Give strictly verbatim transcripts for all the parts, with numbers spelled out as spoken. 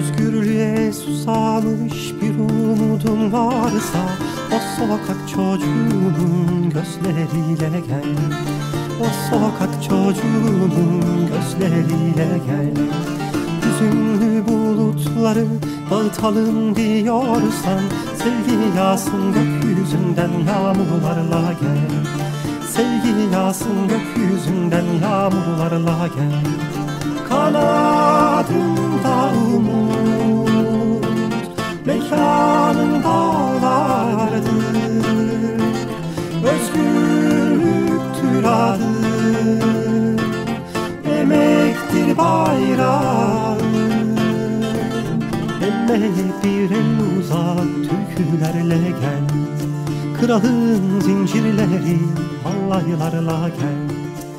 Özgürlüğe susamış bir umudun varsa o sokak çocuğunun gözleriyle gel. O sokak çocuğunun gözleriyle gel. Hüzünlü bulutları dağıtalım diyorsan sevgi yağsın gökyüzünden yağmurlarla gel. Sevgi yağsın gökyüzünden yağmurlarla gel. Kanadında umut, mekanın dağlardır. Özgürlüktür adı, emektir bayrağı. Elle bir el uzat türkülerle gel. Kralın zincirleri halaylarla gel.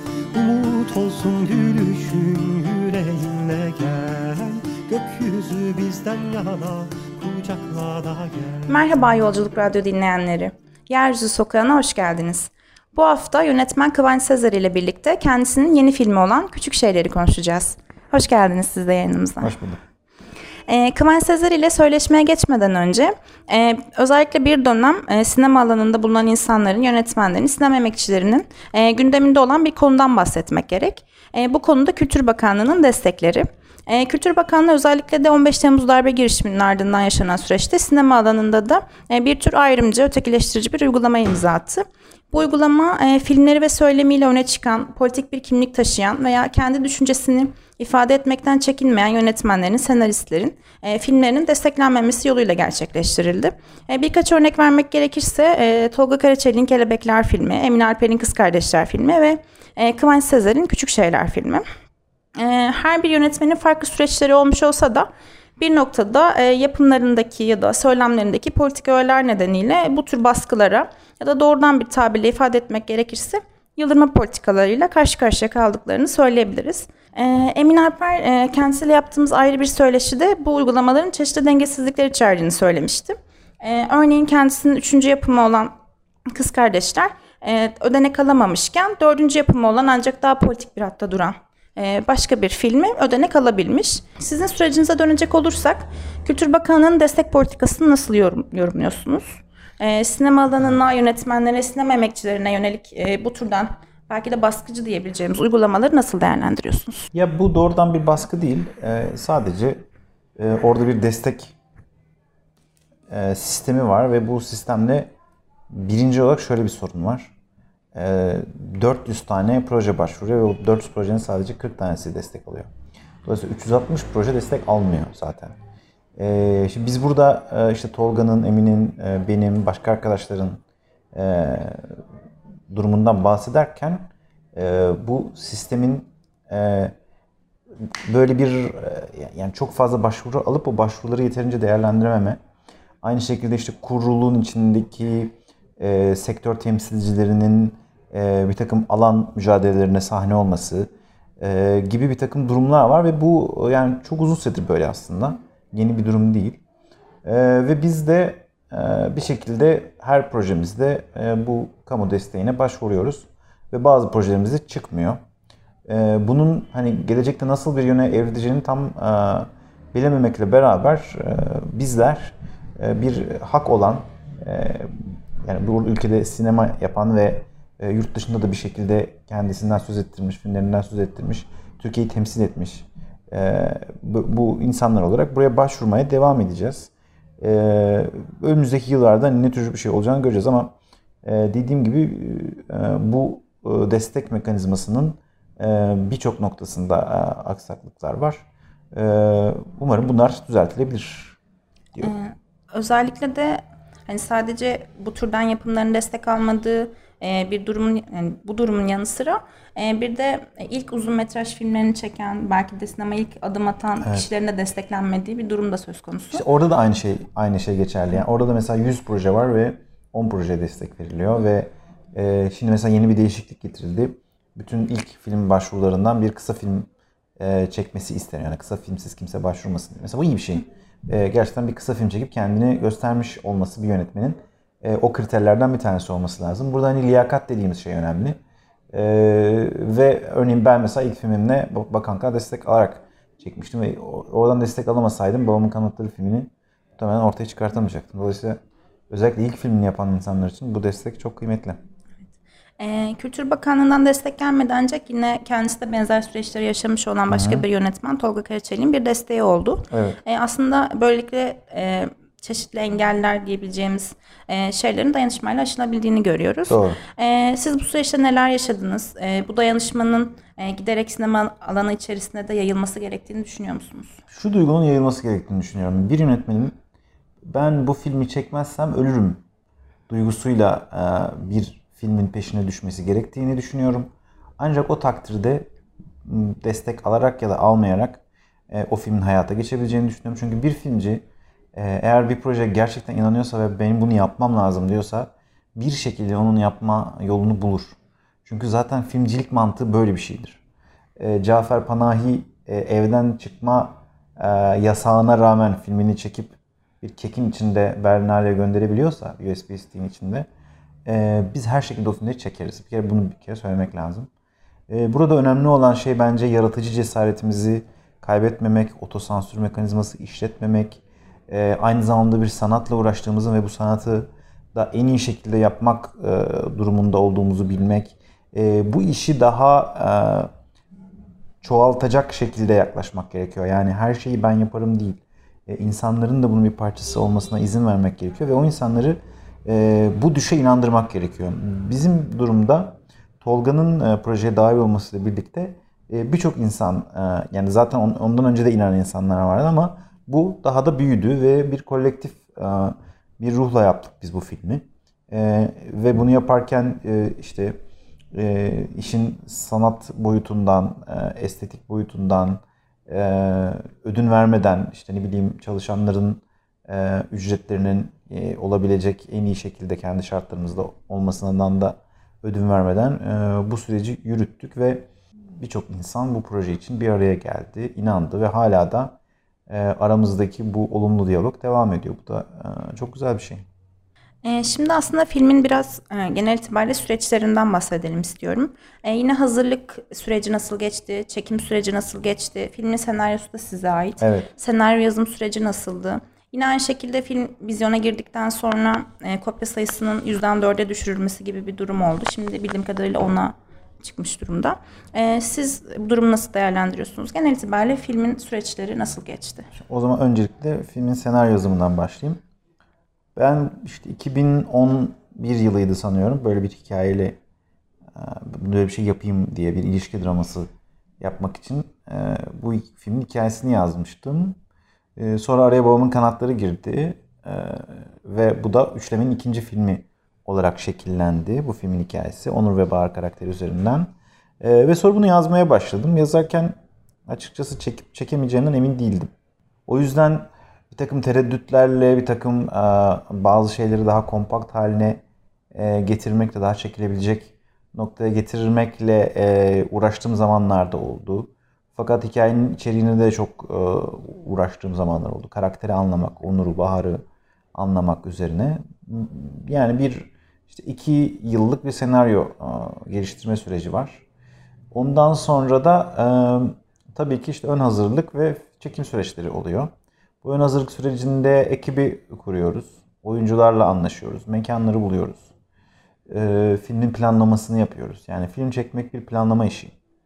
Umut olsun gülüşün yüreğinle gel. Gökyüzü bizden yana kucakla da gel. Merhaba Yolculuk Radyo dinleyenleri. Yeryüzü Sokağı'na hoş geldiniz. Bu hafta yönetmen Kıvanç Sezer ile birlikte kendisinin yeni filmi olan Küçük Şeyleri konuşacağız. Hoş geldiniz siz de yayınımıza. Hoş bulduk. Ee, Kıvanç Sezer ile söyleşmeye geçmeden önce e, özellikle bir dönem e, sinema alanında bulunan insanların, yönetmenlerin, sinema emekçilerinin e, gündeminde olan bir konudan bahsetmek gerek. E, bu konuda Kültür Bakanlığı'nın destekleri. E, Kültür Bakanlığı özellikle de on beş Temmuz darbe girişiminin ardından yaşanan süreçte sinema alanında da e, bir tür ayrımcı, ötekileştirici bir uygulama imza attı. Bu uygulama e, filmleri ve söylemiyle öne çıkan, politik bir kimlik taşıyan veya kendi düşüncesini ifade etmekten çekinmeyen yönetmenlerin, senaristlerin e, filmlerinin desteklenmemesi yoluyla gerçekleştirildi. E, birkaç örnek vermek gerekirse e, Tolga Karaçelik'in Kelebekler filmi, Emine Alper'in Kız Kardeşler filmi ve e, Kıvanç Sezer'in Küçük Şeyler filmi. E, her bir yönetmenin farklı süreçleri olmuş olsa da bir noktada e, yapımlarındaki ya da söylemlerindeki politik öğeler nedeniyle bu tür baskılara ya da doğrudan bir tabirle ifade etmek gerekirse yıldırma politikalarıyla karşı karşıya kaldıklarını söyleyebiliriz. E, Emine Alper e, kendisiyle yaptığımız ayrı bir söyleşide bu uygulamaların çeşitli dengesizlikler içerdiğini söylemişti. E, örneğin kendisinin üçüncü yapımı olan Kız Kardeşler e, ödenek alamamışken dördüncü yapımı olan ancak daha politik bir hatta duran başka bir filmi ödenek alabilmiş. Sizin sürecinize dönecek olursak Kültür Bakanlığı'nın destek politikasını nasıl yorum, yorumluyorsunuz? Ee, sinema alanına, yönetmenlere, sinema emekçilerine yönelik e, bu türden belki de baskıcı diyebileceğimiz uygulamaları nasıl değerlendiriyorsunuz? Ya bu doğrudan bir baskı değil. Ee, sadece e, orada bir destek e, sistemi var ve bu sistemde birinci olarak şöyle bir sorun var. dört yüz tane proje başvuruyor ve o dört yüz projenin sadece kırk tanesi destek alıyor. Dolayısıyla üç yüz altmış proje destek almıyor zaten. Ee, şimdi biz burada işte Tolga'nın, Emin'in, benim, başka arkadaşların e, durumundan bahsederken e, bu sistemin e, böyle bir e, yani çok fazla başvuru alıp o başvuruları yeterince değerlendirememe, aynı şekilde işte kurulun içindeki e, sektör temsilcilerinin e, bir takım alan mücadelelerine sahne olması e, gibi bir takım durumlar var ve bu yani çok uzun süredir böyle aslında. Yeni bir durum değil. E, ve biz de e, bir şekilde her projemizde e, bu kamu desteğine başvuruyoruz ve bazı projelerimizde çıkmıyor. E, bunun hani gelecekte nasıl bir yöne evrileceğini tam e, bilememekle beraber e, bizler e, bir hak olan e, yani bu ülkede sinema yapan ve e, yurt dışında da bir şekilde kendisinden söz ettirmiş, filmlerinden söz ettirmiş, Türkiye'yi temsil etmiş e, bu, bu insanlar olarak buraya başvurmaya devam edeceğiz. E, önümüzdeki yıllarda ne tür bir şey olacağını göreceğiz ama e, dediğim gibi e, bu e, destek mekanizmasının e, birçok noktasında e, aksaklıklar var. E, umarım bunlar düzeltilebilir diyorum. Ee, özellikle de hani sadece bu türden yapımların destek almadığı e, bir durumun yani bu durumun yanı sıra e, bir de ilk uzun metraj filmlerini çeken, belki de sinema ilk adım atan evet. kişilerin de desteklenmediği bir durum da söz konusu. İşte orada da aynı şey aynı şey geçerli. Yani orada da mesela yüz proje var ve on projeye destek veriliyor ve e, şimdi mesela yeni bir değişiklik getirildi. Bütün ilk film başvurularından bir kısa film e, çekmesi isteniyor. Yani kısa filmsiz kimse başvurmasın. Mesela bu iyi bir şey. E, gerçekten bir kısa film çekip kendini göstermiş olması bir yönetmenin e, o kriterlerden bir tanesi olması lazım. Burada hani liyakat dediğimiz şey önemli. E, ve örneğin ben mesela ilk filmimle bakanlığa destek alarak çekmiştim ve oradan destek alamasaydım Babamın Kanatları filmini muhtemelen ortaya çıkartamayacaktım. Dolayısıyla özellikle ilk filmini yapan insanlar için bu destek çok kıymetli. Ee, Kültür Bakanlığı'ndan destek gelmedi ancak yine kendisi de benzer süreçleri yaşamış olan başka Hı-hı. bir yönetmen Tolga Karaçelik'in bir desteği oldu. Evet. Ee, aslında böylelikle e, çeşitli engeller diyebileceğimiz e, şeylerin dayanışmayla aşılabildiğini görüyoruz. Doğru. E, siz bu süreçte neler yaşadınız? E, bu dayanışmanın e, giderek sinema alanı içerisinde de yayılması gerektiğini düşünüyor musunuz? Şu duygunun yayılması gerektiğini düşünüyorum. Bir yönetmenin ben bu filmi çekmezsem ölürüm duygusuyla e, bir filmin peşine düşmesi gerektiğini düşünüyorum. Ancak o takdirde destek alarak ya da almayarak e, o filmin hayata geçebileceğini düşünüyorum. Çünkü bir filmci e, eğer bir proje gerçekten inanıyorsa ve benim bunu yapmam lazım diyorsa bir şekilde onun yapma yolunu bulur. Çünkü zaten filmcilik mantığı böyle bir şeydir. E, Cafer Panahi e, evden çıkma e, yasağına rağmen filmini çekip bir kekin içinde Berlinale'ye gönderebiliyorsa U S B stick'in içinde Ee, biz her şekilde o filmleri çekeriz. Bir kere bunu bir kere söylemek lazım. Ee, burada önemli olan şey bence yaratıcı cesaretimizi kaybetmemek, otosansür mekanizması işletmemek, e, aynı zamanda bir sanatla uğraştığımızı ve bu sanatı da en iyi şekilde yapmak e, durumunda olduğumuzu bilmek, e, bu işi daha e, çoğaltacak şekilde yaklaşmak gerekiyor. Yani her şeyi ben yaparım değil. E, insanların da bunun bir parçası olmasına izin vermek gerekiyor ve o insanları E, bu düşe inandırmak gerekiyor. Bizim durumda Tolga'nın e, projeye dahil olmasıyla birlikte e, birçok insan, e, yani zaten on, ondan önce de inanan insanlar vardı ama bu daha da büyüdü ve bir kolektif e, bir ruhla yaptık biz bu filmi. E, ve bunu yaparken e, işte e, işin sanat boyutundan, e, estetik boyutundan e, ödün vermeden, işte ne bileyim çalışanların e, ücretlerinin e, olabilecek en iyi şekilde kendi şartlarımızda olmasından da ödün vermeden e, bu süreci yürüttük ve birçok insan bu proje için bir araya geldi, inandı ve hala da e, aramızdaki bu olumlu diyalog devam ediyor. Bu da e, çok güzel bir şey. E, şimdi aslında filmin biraz e, genel itibariyle süreçlerinden bahsedelim istiyorum. E, yine hazırlık süreci nasıl geçti, çekim süreci nasıl geçti, filmin senaryosu da size ait. Evet. Senaryo yazım süreci nasıldı? Yine aynı şekilde film vizyona girdikten sonra e, kopya sayısının yüzden dörde düşürülmesi gibi bir durum oldu. Şimdi bildiğim kadarıyla ona çıkmış durumda. E, siz bu durumu nasıl değerlendiriyorsunuz? Genel itibariyle filmin süreçleri nasıl geçti? O zaman öncelikle filmin senaryo yazımından başlayayım. Ben işte iki bin on bir yılıydı sanıyorum. Böyle bir hikayeyle böyle bir şey yapayım diye bir ilişki draması yapmak için bu filmin hikayesini yazmıştım. Sonra araya Babamın Kanatları girdi ve bu da üçlemenin ikinci filmi olarak şekillendi. Bu filmin hikayesi Onur ve Bahar karakteri üzerinden. Ve sonra bunu yazmaya başladım. Yazarken açıkçası çekip çekemeyeceğimden emin değildim. O yüzden bir takım tereddütlerle, bir takım bazı şeyleri daha kompakt haline getirmekle, daha çekilebilecek noktaya getirmekle uğraştığım zamanlarda oldu. Fakat hikayenin içeriğine de çok uğraştığım zamanlar oldu. Karakteri anlamak, Onur'u, Bahar'ı anlamak üzerine. Yani bir işte iki yıllık bir senaryo geliştirme süreci var. Ondan sonra da tabii ki işte ön hazırlık ve çekim süreçleri oluyor. Bu ön hazırlık sürecinde ekibi kuruyoruz. Oyuncularla anlaşıyoruz. Mekanları buluyoruz. E, filmin planlamasını yapıyoruz. Yani film çekmek bir planlama işi.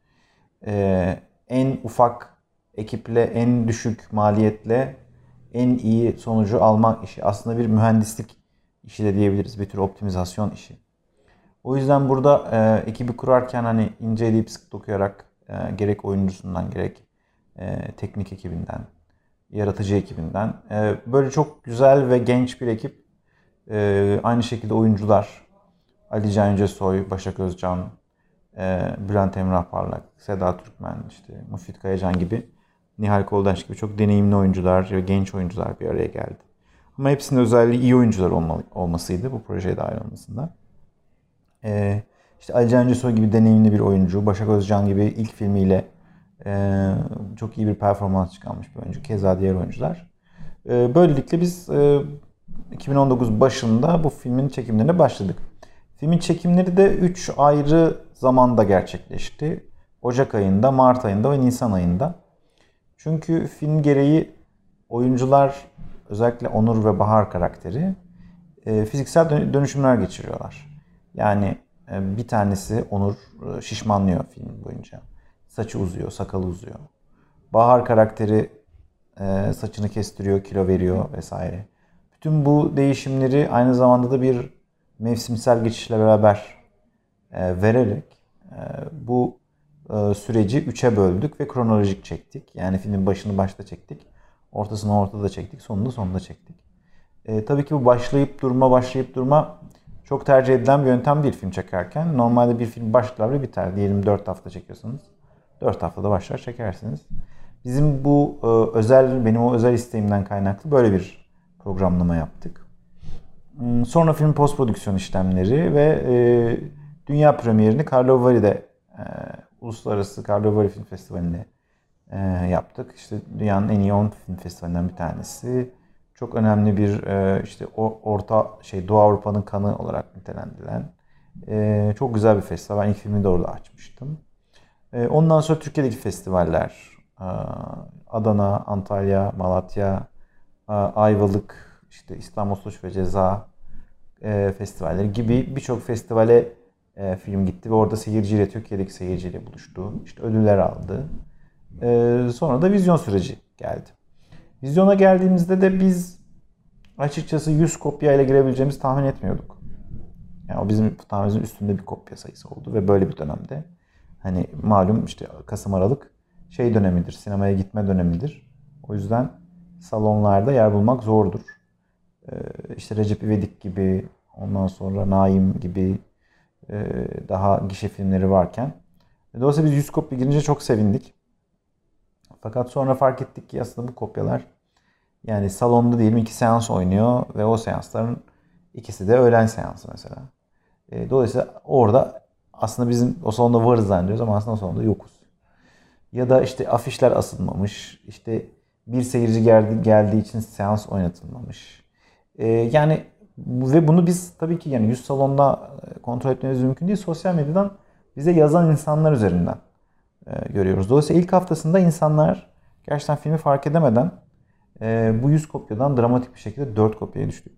E, en ufak ekiple, en düşük maliyetle en iyi sonucu almak işi. Aslında bir mühendislik işi de diyebiliriz. Bir tür optimizasyon işi. O yüzden burada e, ekibi kurarken hani inceleyip sık dokuyarak e, gerek oyuncusundan gerek e, teknik ekibinden, yaratıcı ekibinden. Ee, böyle çok güzel ve genç bir ekip. Ee, aynı şekilde oyuncular. Ali Can Yücesoy, Başak Özcan, e, Bülent Emrah Parlak, Seda Türkmen, işte Müfit Kayacan gibi, Nihal Koldaş gibi çok deneyimli oyuncular ve genç oyuncular bir araya geldi. Ama hepsinin özelliği iyi oyuncular olmalı, olmasıydı bu projeye dahil olmasında. Ee, işte Ali Can Yücesoy gibi deneyimli bir oyuncu, Başak Özcan gibi ilk filmiyle Ee, çok iyi bir performans çıkarmış bir oyuncu. Keza diğer oyuncular. Ee, böylelikle biz e, iki bin on dokuz başında bu filmin çekimlerine başladık. Filmin çekimleri de üç ayrı zamanda gerçekleşti. Ocak ayında, Mart ayında ve Nisan ayında. Çünkü film gereği oyuncular, özellikle Onur ve Bahar karakteri e, fiziksel dönüşümler geçiriyorlar. Yani e, bir tanesi Onur e, şişmanlıyor film boyunca. Saçı uzuyor, sakalı uzuyor. Bahar karakteri e, saçını kestiriyor, kilo veriyor vesaire. Bütün bu değişimleri aynı zamanda da bir mevsimsel geçişle beraber e, vererek e, bu e, süreci üçe böldük ve kronolojik çektik. Yani filmin başını başta çektik, ortasını ortada çektik, sonunu sonunda çektik. E, tabii ki bu başlayıp durma, başlayıp durma çok tercih edilen bir yöntem değil film çekerken. Normalde bir film başlar ve biter. Diyelim dört hafta çekiyorsanız dört haftada başlar çekersiniz. Bizim bu e, özel, benim o özel isteğimden kaynaklı böyle bir programlama yaptık. Sonra film post prodüksiyon işlemleri ve e, dünya premierini Karlovari'de, e, Uluslararası Karlovari Film Festivali'nde e, yaptık. İşte dünyanın en iyi on film festivalinden bir tanesi. Çok önemli bir e, işte o orta şey Doğu Avrupa'nın kanı olarak nitelendirilen e, çok güzel bir festival. Ben ilk filmi de orada açmıştım. E, ondan sonra Türkiye'deki festivaller, e, Adana, Antalya, Malatya, e, Ayvalık, İşte İstanbul Suç ve Ceza e, festivalleri gibi birçok festivale e, film gitti ve orada seyirciyle, Türkiye'deki seyirciyle buluştu. İşte ödüller aldı. E, sonra da vizyon süreci geldi. Vizyona geldiğimizde de biz açıkçası yüz kopyayla girebileceğimizi tahmin etmiyorduk. Yani o bizim tahminimizin üstünde bir kopya sayısı oldu ve böyle bir dönemde. Hani malum işte Kasım Aralık şey dönemidir, sinemaya gitme dönemidir. O yüzden salonlarda yer bulmak zordur. İşte Recep İvedik gibi, ondan sonra Naim gibi daha gişe filmleri varken. Dolayısıyla biz yüz kopya girince çok sevindik. Fakat sonra fark ettik ki aslında bu kopyalar yani salonda diyelim iki seans oynuyor ve o seansların ikisi de öğlen seansı mesela. Dolayısıyla orada aslında bizim o salonda varız zannediyoruz ama aslında o salonda yokuz. Ya da işte afişler asılmamış, işte bir seyirci geldi, geldiği için seans oynatılmamış. Ee, yani ve bunu biz tabii ki yani yüz salonda kontrol etmemiz mümkün değil. Sosyal medyadan bize yazan insanlar üzerinden e, görüyoruz. Dolayısıyla ilk haftasında insanlar gerçekten filmi fark edemeden e, bu yüz kopyadan dramatik bir şekilde dört kopyaya düştük.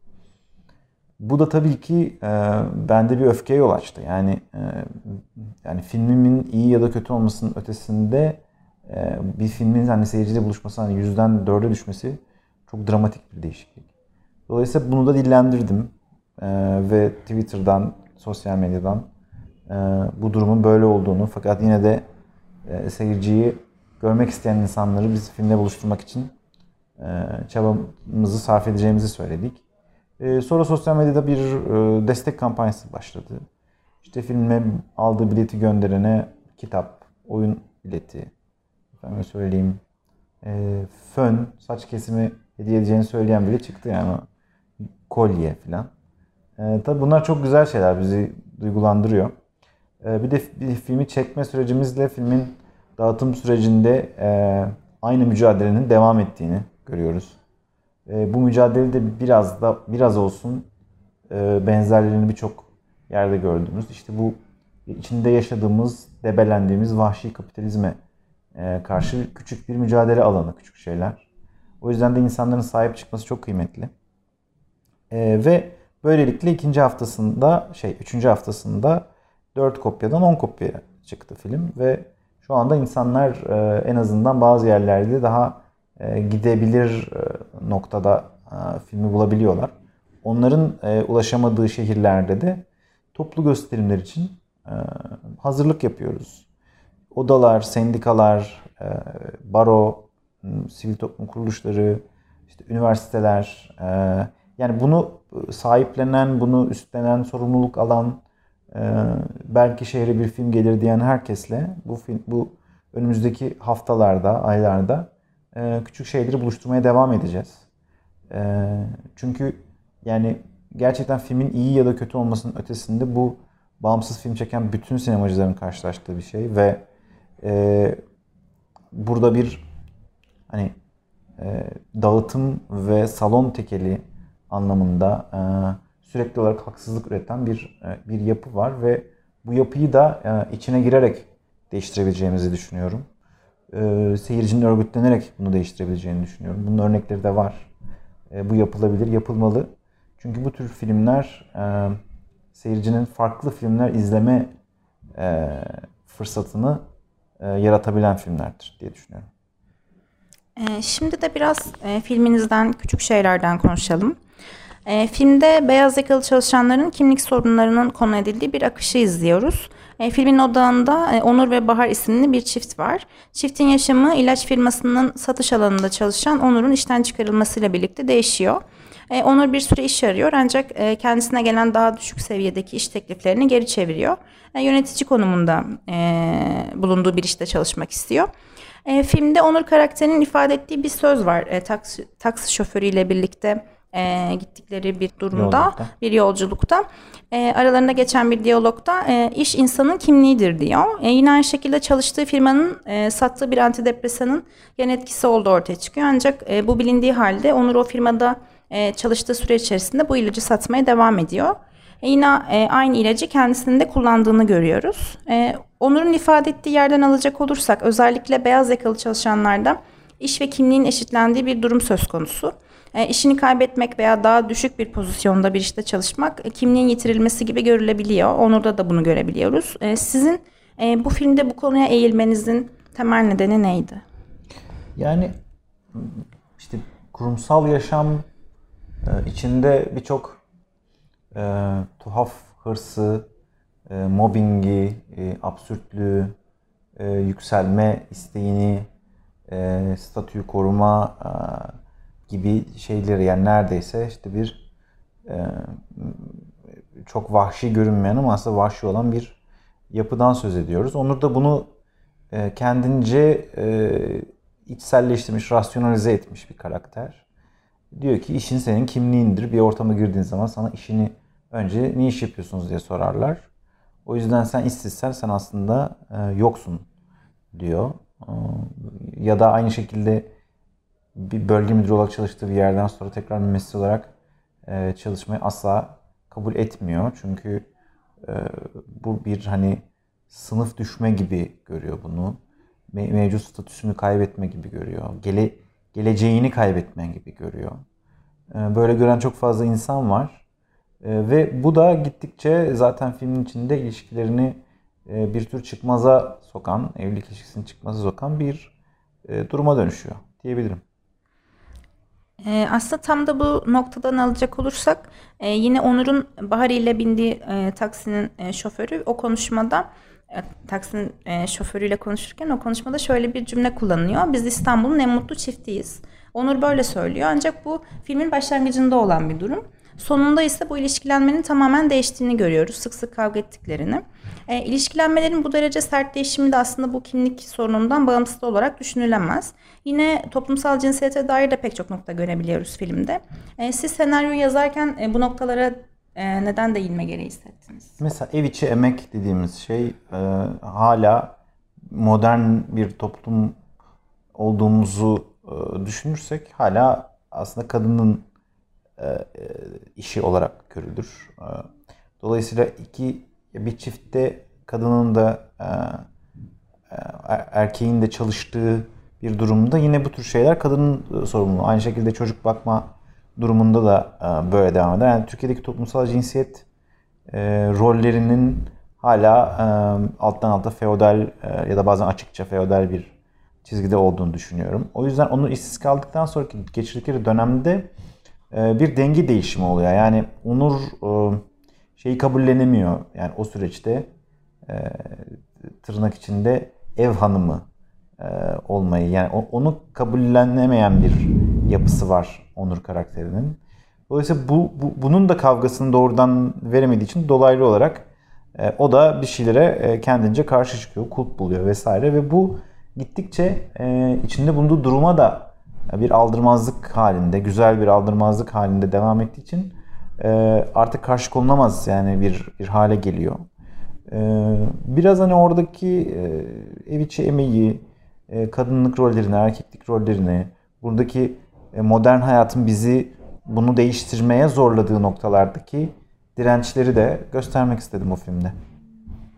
Bu da tabii ki e, bende bir öfkeye yol açtı. Yani e, yani filmimin iyi ya da kötü olmasının ötesinde e, bir filmin hani seyirciyle buluşması, hani yüzden dörde düşmesi çok dramatik bir değişiklik. Dolayısıyla bunu da dillendirdim e, ve Twitter'dan, sosyal medyadan e, bu durumun böyle olduğunu fakat yine de e, seyirciyi görmek isteyen insanları biz filmle buluşturmak için e, çabamızı sarf edeceğimizi söyledik. E, sonra sosyal medyada bir e, destek kampanyası başladı. İşte filme aldığı bileti gönderene kitap, oyun bileti, efendim söyleyeyim, e, fön, saç kesimi hediye edeceğini söyleyen bile çıktı yani. Kolye falan. E, tabii bunlar çok güzel şeyler, bizi duygulandırıyor. E, bir de bir filmi çekme sürecimizle filmin dağıtım sürecinde e, aynı mücadelenin devam ettiğini görüyoruz. E, bu mücadelede biraz da biraz olsun e, benzerlerini birçok yerde gördüğümüz, işte bu içinde yaşadığımız, debelendiğimiz vahşi kapitalizme e, karşı küçük bir mücadele alanı, küçük şeyler. O yüzden de insanların sahip çıkması çok kıymetli. Ee, ve böylelikle ikinci haftasında, şey üçüncü haftasında dört kopyadan on kopya çıktı film ve şu anda insanlar e, en azından bazı yerlerde daha e, gidebilir e, noktada e, filmi bulabiliyorlar. Onların e, ulaşamadığı şehirlerde de toplu gösterimler için e, hazırlık yapıyoruz. Odalar, sendikalar, e, baro, sivil toplum kuruluşları, işte üniversiteler, e, yani bunu sahiplenen, bunu üstlenen, sorumluluk alan, belki şehre bir film gelir diyen herkesle bu film, bu önümüzdeki haftalarda, aylarda küçük şeyleri buluşturmaya devam edeceğiz. Çünkü yani gerçekten filmin iyi ya da kötü olmasının ötesinde bu bağımsız film çeken bütün sinemacıların karşılaştığı bir şey ve burada bir hani dağıtım ve salon tekeli anlamında e, sürekli olarak haksızlık üreten bir e, bir yapı var ve bu yapıyı da e, içine girerek değiştirebileceğimizi düşünüyorum. e, seyircinin örgütlenerek bunu değiştirebileceğini düşünüyorum. Bunun örnekleri de var. E, bu yapılabilir, yapılmalı. Çünkü bu tür filmler e, seyircinin farklı filmler izleme e, fırsatını e, yaratabilen filmlerdir diye düşünüyorum. E, şimdi de biraz e, filminizden, küçük şeylerden konuşalım. E, filmde beyaz yakalı çalışanların kimlik sorunlarının konu edildiği bir akışı izliyoruz. E, filmin odağında e, Onur ve Bahar isimli bir çift var. Çiftin yaşamı ilaç firmasının satış alanında çalışan Onur'un işten çıkarılmasıyla birlikte değişiyor. E, Onur bir süre iş arıyor ancak e, kendisine gelen daha düşük seviyedeki iş tekliflerini geri çeviriyor. E, yönetici konumunda e, bulunduğu bir işte çalışmak istiyor. E, filmde Onur karakterinin ifade ettiği bir söz var. E, taksi, taksi şoförüyle birlikte e, gittikleri bir durumda, Yolculukta. bir yolculukta. E, aralarında geçen bir diyalogda e, iş insanın kimliğidir diyor. E, yine aynı şekilde çalıştığı firmanın e, sattığı bir antidepresanın yan etkisi olduğu ortaya çıkıyor. Ancak e, bu bilindiği halde Onur o firmada e, çalıştığı süre içerisinde bu ilacı satmaya devam ediyor. E, yine e, aynı ilacı kendisinin de kullandığını görüyoruz. E, Onur'un ifade ettiği yerden alacak olursak özellikle beyaz yakalı çalışanlarda iş ve kimliğin eşitlendiği bir durum söz konusu. E, işini kaybetmek veya daha düşük bir pozisyonda bir işte çalışmak e, kimliğin yitirilmesi gibi görülebiliyor. Onur'da da bunu görebiliyoruz. E, sizin e, bu filmde bu konuya eğilmenizin temel nedeni neydi? Yani işte kurumsal yaşam e, içinde birçok e, tuhaf hırsı, e, mobbingi, e, absürtlüğü, e, yükselme isteğini, e, statüyü koruma e, gibi şeyleri, yani neredeyse işte bir e, çok vahşi görünmeyen ama aslında vahşi olan bir yapıdan söz ediyoruz. Onur da bunu e, kendince e, içselleştirmiş, rasyonalize etmiş bir karakter. Diyor ki işin senin kimliğindir. Bir ortama girdiğin zaman sana işini önce ne iş yapıyorsunuz diye sorarlar. O yüzden sen işsizsen sen aslında e, yoksun diyor. E, ya da aynı şekilde bir bölge müdürü olarak çalıştığı bir yerden sonra tekrar mühendis olarak e, çalışmayı asla kabul etmiyor. Çünkü e, bu bir hani sınıf düşme gibi görüyor bunu. Me- mevcut statüsünü kaybetme gibi görüyor. Gele, geleceğini kaybetme gibi görüyor. E, böyle gören çok fazla insan var. E, ve bu da gittikçe zaten filmin içinde ilişkilerini e, bir tür çıkmaza sokan, evlilik ilişkisini çıkmaza sokan bir e, duruma dönüşüyor diyebilirim. Ee, aslında tam da bu noktadan alacak olursak e, yine Onur'un Bahar ile bindiği e, taksinin e, şoförü o konuşmada e, taksinin e, şoförüyle konuşurken o konuşmada şöyle bir cümle kullanıyor. Biz İstanbul'un en mutlu çiftiyiz. Onur böyle söylüyor ancak bu filmin başlangıcında olan bir durum. Sonunda ise bu ilişkilenmenin tamamen değiştiğini görüyoruz. Sık sık kavga ettiklerini. E, ilişkilenmelerin bu derece sert değişimi de aslında bu kimlik sorunundan bağımsız olarak düşünülemez. Yine toplumsal cinsiyete dair de pek çok nokta görebiliyoruz filmde. E, siz senaryoyu yazarken e, bu noktalara e, neden değinme gereği hissettiniz? Mesela ev içi emek dediğimiz şey e, hala modern bir toplum olduğumuzu e, düşünürsek hala aslında kadının e, e, işi olarak görülür. E, dolayısıyla iki bir çiftte kadının da e, e, erkeğin de çalıştığı bir durumda yine bu tür şeyler kadının sorumluluğu. Aynı şekilde çocuk bakma durumunda da e, böyle devam eder. Yani Türkiye'deki toplumsal cinsiyet e, rollerinin hala e, alttan alta feodal e, ya da bazen açıkça feodal bir çizgide olduğunu düşünüyorum. O yüzden onu işsiz kaldıktan sonraki geçirdikleri dönemde e, bir denge değişimi oluyor. Yani Onur e, şeyi kabullenemiyor. Yani o süreçte e, tırnak içinde ev hanımı e, olmayı, yani onu kabullenemeyen bir yapısı var Onur karakterinin. Dolayısıyla bu, bu bunun da kavgasını doğrudan veremediği için dolaylı olarak e, o da bir şeylere e, kendince karşı çıkıyor, kulp buluyor vesaire ve bu gittikçe e, içinde bulunduğu duruma da bir aldırmazlık halinde, güzel bir aldırmazlık halinde devam ettiği için e, artık karşı konulmaz yani bir bir hale geliyor. E, biraz hani oradaki e, ev içi emeği, e, kadınlık rollerini, erkeklik rollerini, buradaki e, modern hayatın bizi bunu değiştirmeye zorladığı noktalardaki dirençleri de göstermek istedim o filmde.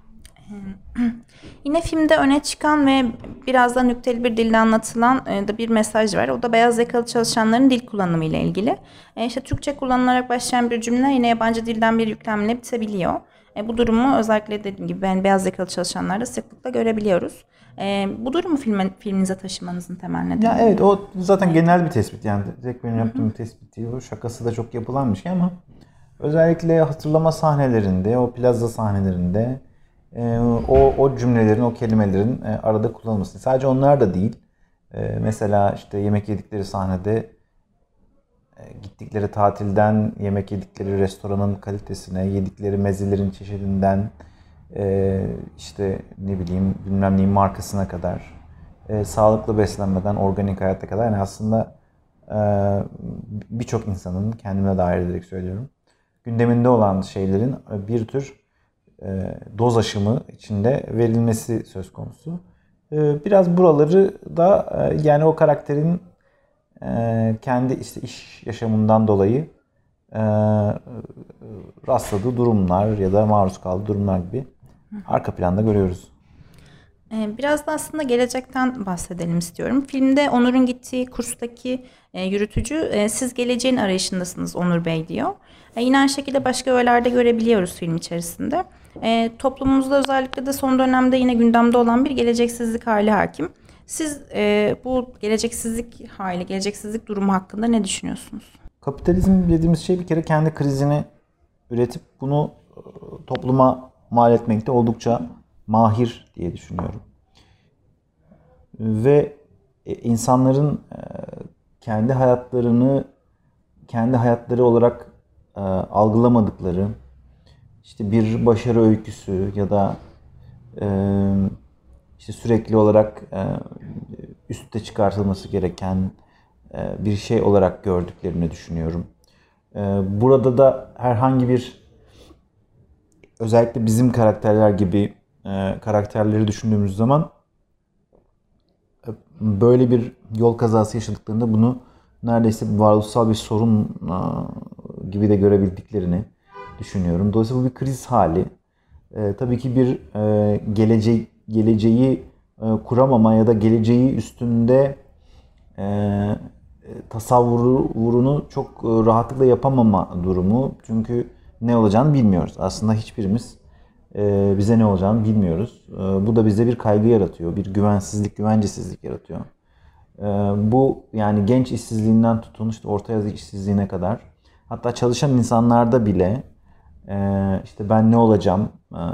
Yine filmde öne çıkan ve biraz da nükteli bir dille anlatılan e, da bir mesaj var. O da beyaz yakalı çalışanların dil kullanımı ile ilgili. E, işte Türkçe kullanılarak başlayan bir cümle yine yabancı dilden bir yüklemle bitebiliyor. E, bu durumu özellikle dediğim gibi ben beyaz yakalı çalışanlarda sıklıkla görebiliyoruz. E, bu durumu filme, filminize taşımanızın temel nedeni. Ya evet, o zaten genel bir tespit, yani tek benim yaptığım bir tespit değil. O şakası da çok yapılan bir şey ama özellikle hatırlama sahnelerinde, o plaza sahnelerinde e, o o cümlelerin, o kelimelerin e, arada kullanılması. Sadece onlar da değil. E, mesela işte yemek yedikleri sahnede e, gittikleri tatilden yemek yedikleri restoranın kalitesine, yedikleri mezelerin çeşidinden e, işte ne bileyim bilmem neyin markasına kadar, e, sağlıklı beslenmeden organik hayata kadar, yani aslında e, birçok insanın, kendime dair ederek söylüyorum, gündeminde olan şeylerin bir tür e, doz aşımı içinde verilmesi söz konusu. E, biraz buraları da e, yani o karakterin e, kendi işte iş yaşamından dolayı e, rastladığı durumlar ya da maruz kaldığı durumlar gibi arka planda görüyoruz. Biraz da aslında gelecekten bahsedelim istiyorum. Filmde Onur'un gittiği kurstaki e, yürütücü, e, siz geleceğin arayışındasınız Onur Bey diyor. E, yine aynı şekilde başka öğelerde görebiliyoruz film içerisinde. E, toplumumuzda özellikle de son dönemde yine gündemde olan bir geleceksizlik hali hakim. Siz e, bu geleceksizlik hali, geleceksizlik durumu hakkında ne düşünüyorsunuz? Kapitalizm dediğimiz şey bir kere kendi krizini üretip bunu topluma mal etmekte oldukça mahir diye düşünüyorum. Ve insanların kendi hayatlarını kendi hayatları olarak algılamadıkları, işte bir başarı öyküsü ya da işte sürekli olarak üste çıkartılması gereken bir şey olarak gördüklerini düşünüyorum. Burada da herhangi bir, özellikle bizim karakterler gibi karakterleri düşündüğümüz zaman böyle bir yol kazası yaşadıklarında bunu neredeyse varoluşsal bir sorun gibi de görebildiklerini düşünüyorum. Dolayısıyla bu bir kriz hali. Tabii ki bir geleceği, geleceği kuramama ya da geleceği üstünde tasavvurunu çok rahatlıkla yapamama durumu. Çünkü ne olacağını bilmiyoruz. Aslında hiçbirimiz bize ne olacağını bilmiyoruz. Bu da bize bir kaygı yaratıyor. Bir güvensizlik, güvencesizlik yaratıyor. Bu yani genç işsizliğinden tutun işte orta yaş işsizliğine kadar. Hatta çalışan insanlarda bile işte ben ne olacağım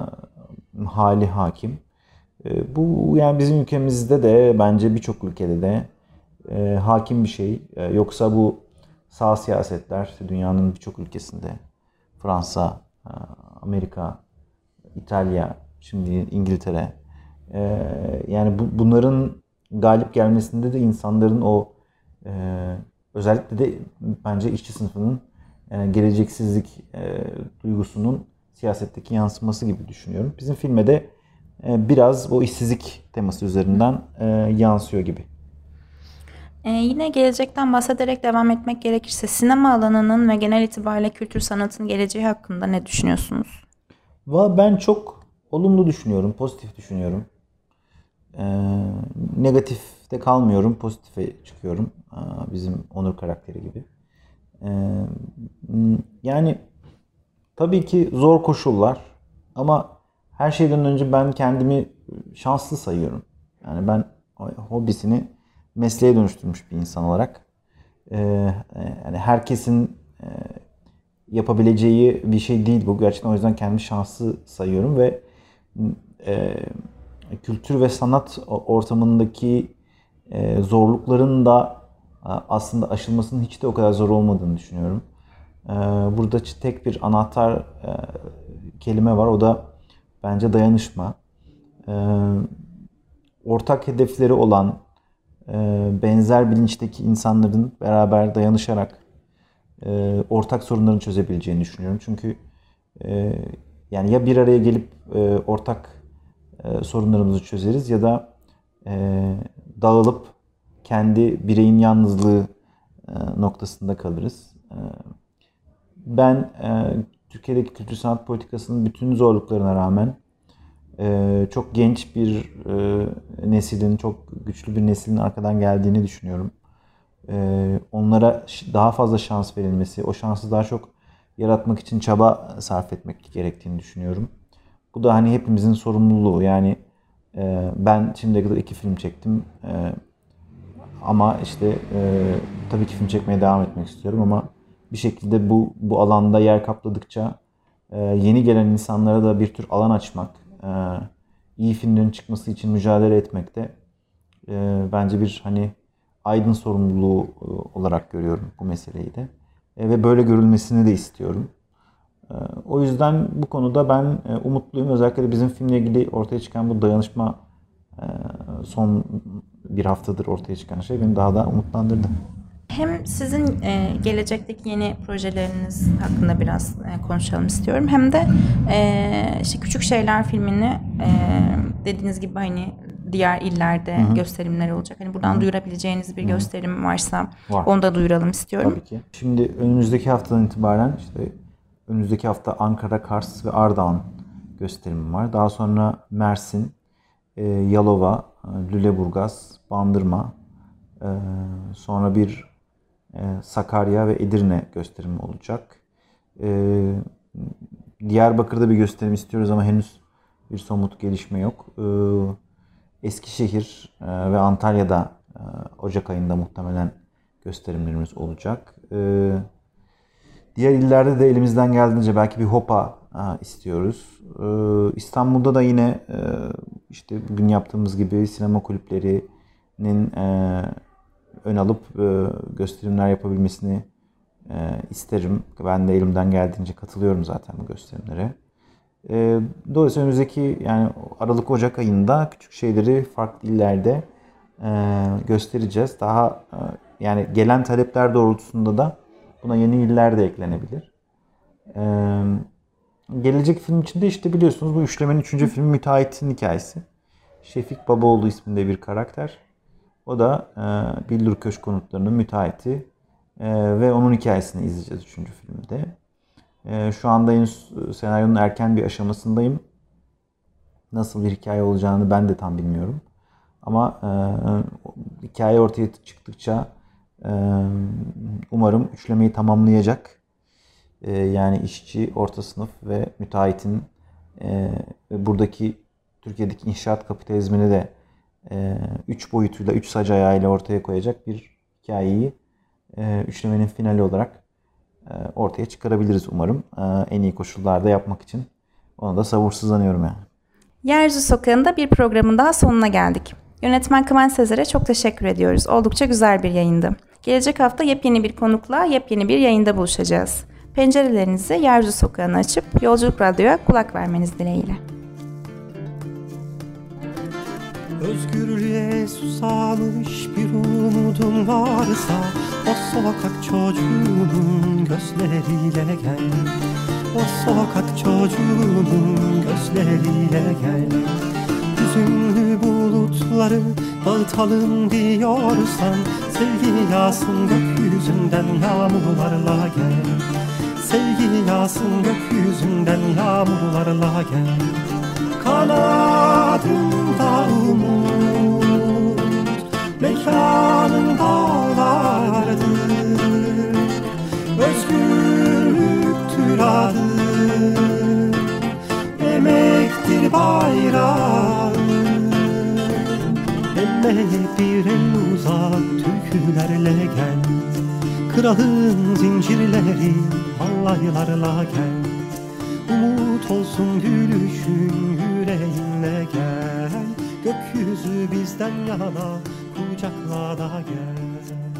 hali hakim. Bu yani bizim ülkemizde de bence birçok ülkede de hakim bir şey. Yoksa bu sağ siyasetler işte dünyanın birçok ülkesinde, Fransa, Amerika, İtalya, şimdi İngiltere, yani bu, bunların galip gelmesinde de insanların o özellikle de bence işçi sınıfının geleceksizlik duygusunun siyasetteki yansıması gibi düşünüyorum. Bizim filme de biraz o işsizlik teması üzerinden yansıyor gibi. Ee, yine gelecekten bahsederek devam etmek gerekirse sinema alanının ve genel itibariyle kültür sanatın geleceği hakkında ne düşünüyorsunuz? Ben çok olumlu düşünüyorum, pozitif düşünüyorum. Ee, negatifte kalmıyorum, pozitife çıkıyorum. Ee, bizim Onur karakteri gibi. Ee, yani tabii ki zor koşullar ama her şeyden önce ben kendimi şanslı sayıyorum. Yani ben hobisini mesleğe dönüştürmüş bir insan olarak. Ee, yani herkesin e, yapabileceği bir şey değil bu. Gerçekten o yüzden kendimi şanslı sayıyorum ve e, kültür ve sanat ortamındaki e, zorlukların da e, aslında aşılmasının hiç de o kadar zor olmadığını düşünüyorum. E, burada tek bir anahtar e, kelime var. O da bence dayanışma. E, ortak hedefleri olan, e, benzer bilinçteki insanların beraber dayanışarak e, ortak sorunlarını çözebileceğini düşünüyorum. Çünkü e, yani ya bir araya gelip e, ortak e, sorunlarımızı çözeriz ya da e, dağılıp kendi bireyin yalnızlığı e, noktasında kalırız. E, ben e, Türkiye'deki kültür sanat politikasının bütün zorluklarına rağmen Ee, çok genç bir e, neslin, çok güçlü bir neslin arkadan geldiğini düşünüyorum. Ee, onlara daha fazla şans verilmesi, o şansı daha çok yaratmak için çaba sarf etmek gerektiğini düşünüyorum. Bu da hani hepimizin sorumluluğu. Yani e, ben şimdiye kadar iki film çektim. E, ama işte e, tabii ki film çekmeye devam etmek istiyorum ama bir şekilde bu bu alanda yer kapladıkça e, yeni gelen insanlara da bir tür alan açmak, e, iyi filmlerin çıkması için mücadele etmek de e, bence bir hani aydın sorumluluğu e, olarak görüyorum bu meseleyi de. E, ve böyle görülmesini de istiyorum. E, o yüzden bu konuda ben e, umutluyum. Özellikle de bizim filmle ilgili ortaya çıkan bu dayanışma e, son bir haftadır ortaya çıkan şey beni daha da umutlandırdı. Hem sizin e, gelecekteki yeni projeleriniz hakkında biraz e, konuşalım istiyorum. Hem de e, işte Küçük Şeyler filmini e, dediğiniz gibi hani diğer illerde Hı-hı. gösterimleri olacak. Hani buradan Hı-hı. duyurabileceğiniz bir Hı-hı. gösterim varsa Var. onu da duyuralım istiyorum. Tabii ki. Şimdi önümüzdeki haftadan itibaren işte önümüzdeki hafta Ankara, Kars ve Ardahan gösterimim var. Daha sonra Mersin, e, Yalova, Lüleburgaz, Bandırma, e, sonra bir e, Sakarya ve Edirne gösterimi olacak. E, Diyarbakır'da bir gösterim istiyoruz ama henüz bir somut gelişme yok. E, Eskişehir e, ve Antalya'da e, Ocak ayında muhtemelen gösterimlerimiz olacak. E, diğer illerde de elimizden geldiğince belki bir Hopa e, istiyoruz. E, İstanbul'da da yine e, işte bugün yaptığımız gibi sinema kulüplerinin e, ön alıp e, gösterimler yapabilmesini e, isterim. Ben de elimden geldiğince katılıyorum zaten bu gösterimlere. E, dolayısıyla önümüzdeki yani Aralık-Ocak ayında küçük şeyleri farklı illerde e, göstereceğiz. Daha e, yani gelen talepler doğrultusunda da buna yeni iller de eklenebilir. E, gelecek film içinde işte biliyorsunuz bu üçlemenin üçüncü filmi Müteahhit'in hikayesi. Şefik Babaoğlu isminde bir karakter. O da e, Billur Köşk Konutları'nın müteahhiti e, ve onun hikayesini izleyeceğiz üçüncü filmde. E, şu anda henüz senaryonun erken bir aşamasındayım. Nasıl bir hikaye olacağını ben de tam bilmiyorum. Ama e, hikaye ortaya çıktıkça e, umarım üçlemeyi tamamlayacak. E, yani işçi, orta sınıf ve müteahhitin e, ve buradaki Türkiye'deki inşaat kapitalizmini de e, üç boyutuyla, üç sac ayağıyla ortaya koyacak bir hikayeyi e, üçlemenin finali olarak e, ortaya çıkarabiliriz umarım. E, en iyi koşullarda yapmak için. Ona da sabırsızlanıyorum yani. Yeryüzü Sokağı'nda bir programın daha sonuna geldik. Yönetmen Kıvanç Sezer'e çok teşekkür ediyoruz. Oldukça güzel bir yayındı. Gelecek hafta yepyeni bir konukla yepyeni bir yayında buluşacağız. Pencerelerinizi Yeryüzü Sokağı'na açıp Yolculuk Radyo'ya kulak vermeniz dileğiyle. Özgürlüğe susamış bir umudun varsa o sokak çocuğunun gözleriyle gel. O sokak çocuğunun gözleriyle gel. Hüzünlü bulutları dağıtalım diyorsan sevgi yağsın gökyüzünden yağmurlarla gel. Sevgi yağsın gökyüzünden yağmurlarla gel. Kanadımda umut, mekanım dağlardır. Özgürlüktür adım, emektir bayrağı. Emeğe bir el uzat, türkülerle gel. Kralın zincirleri halaylarla gel. Umut olsun gülüşün yüreğinle gel. Gökyüzü bizden yana kucakla da gel.